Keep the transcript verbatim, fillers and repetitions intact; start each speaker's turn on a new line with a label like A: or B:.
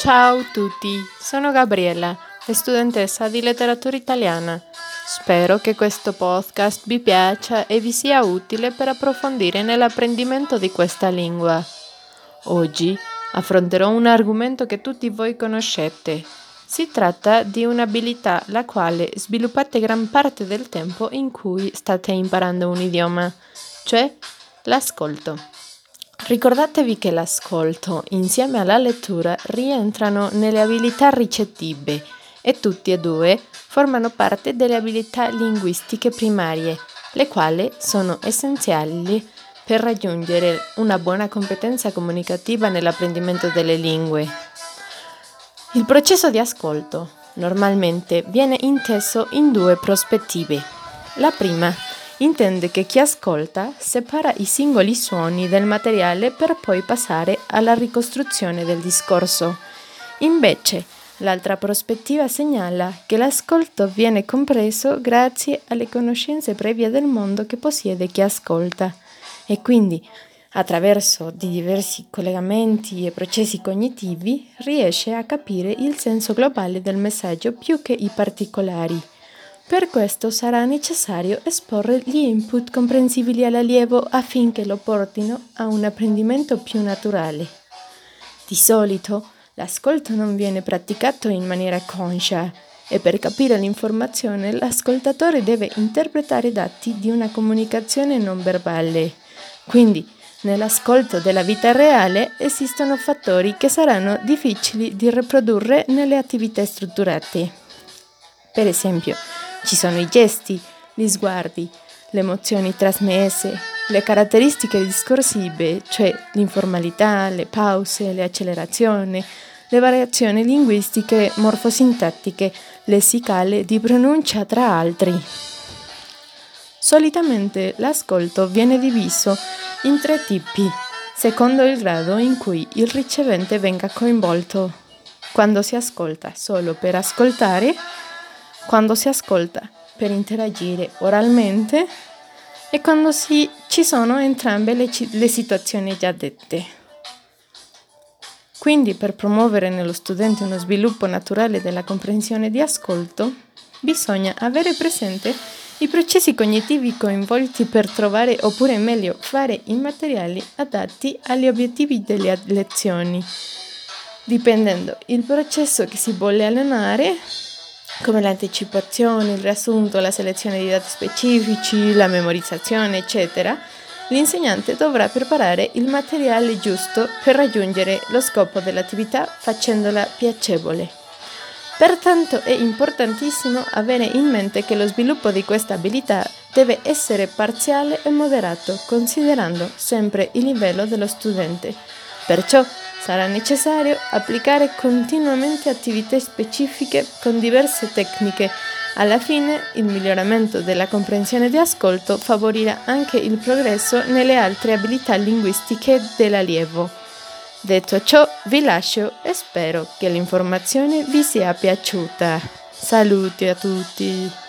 A: Ciao a tutti, sono Gabriella, studentessa di letteratura italiana. Spero che questo podcast vi piaccia e vi sia utile per approfondire nell'apprendimento di questa lingua. Oggi affronterò un argomento che tutti voi conoscete. Si tratta di un'abilità la quale sviluppate gran parte del tempo in cui state imparando un idioma, cioè l'ascolto. Ricordatevi che l'ascolto insieme alla lettura rientrano nelle abilità ricettive e tutti e due formano parte delle abilità linguistiche primarie, le quali sono essenziali per raggiungere una buona competenza comunicativa nell'apprendimento delle lingue. Il processo di ascolto normalmente viene inteso in due prospettive. La prima intende che chi ascolta separa i singoli suoni del materiale per poi passare alla ricostruzione del discorso. Invece, l'altra prospettiva segnala che l'ascolto viene compreso grazie alle conoscenze previe del mondo che possiede chi ascolta e quindi, attraverso di diversi collegamenti e processi cognitivi, riesce a capire il senso globale del messaggio più che i particolari. Per questo sarà necessario esporre gli input comprensibili all'allievo affinché lo portino a un apprendimento più naturale. Di solito l'ascolto non viene praticato in maniera conscia e per capire l'informazione l'ascoltatore deve interpretare i dati di una comunicazione non verbale. Quindi, nell'ascolto della vita reale esistono fattori che saranno difficili di riprodurre nelle attività strutturate. Per esempio, ci sono i gesti, gli sguardi, le emozioni trasmesse, le caratteristiche discorsive, cioè l'informalità, le pause, le accelerazioni, le variazioni linguistiche morfosintattiche, lessicale, di pronuncia, tra altri. Solitamente l'ascolto viene diviso in tre tipi, secondo il grado in cui il ricevente venga coinvolto. Quando si ascolta solo per ascoltare, quando si ascolta per interagire oralmente e quando si, ci sono entrambe le, le situazioni già dette. Quindi, per promuovere nello studente uno sviluppo naturale della comprensione di ascolto, bisogna avere presente i processi cognitivi coinvolti per trovare, oppure meglio, fare i materiali adatti agli obiettivi delle lezioni, dipendendo il processo che si vuole allenare, come l'anticipazione, il riassunto, la selezione di dati specifici, la memorizzazione, eccetera, l'insegnante dovrà preparare il materiale giusto per raggiungere lo scopo dell'attività facendola piacevole. Pertanto è importantissimo avere in mente che lo sviluppo di questa abilità deve essere parziale e moderato, considerando sempre il livello dello studente. Perciò sarà necessario applicare continuamente attività specifiche con diverse tecniche. Alla fine, il miglioramento della comprensione di ascolto favorirà anche il progresso nelle altre abilità linguistiche dell'allievo. Detto ciò, vi lascio e spero che l'informazione vi sia piaciuta. Saluti a tutti!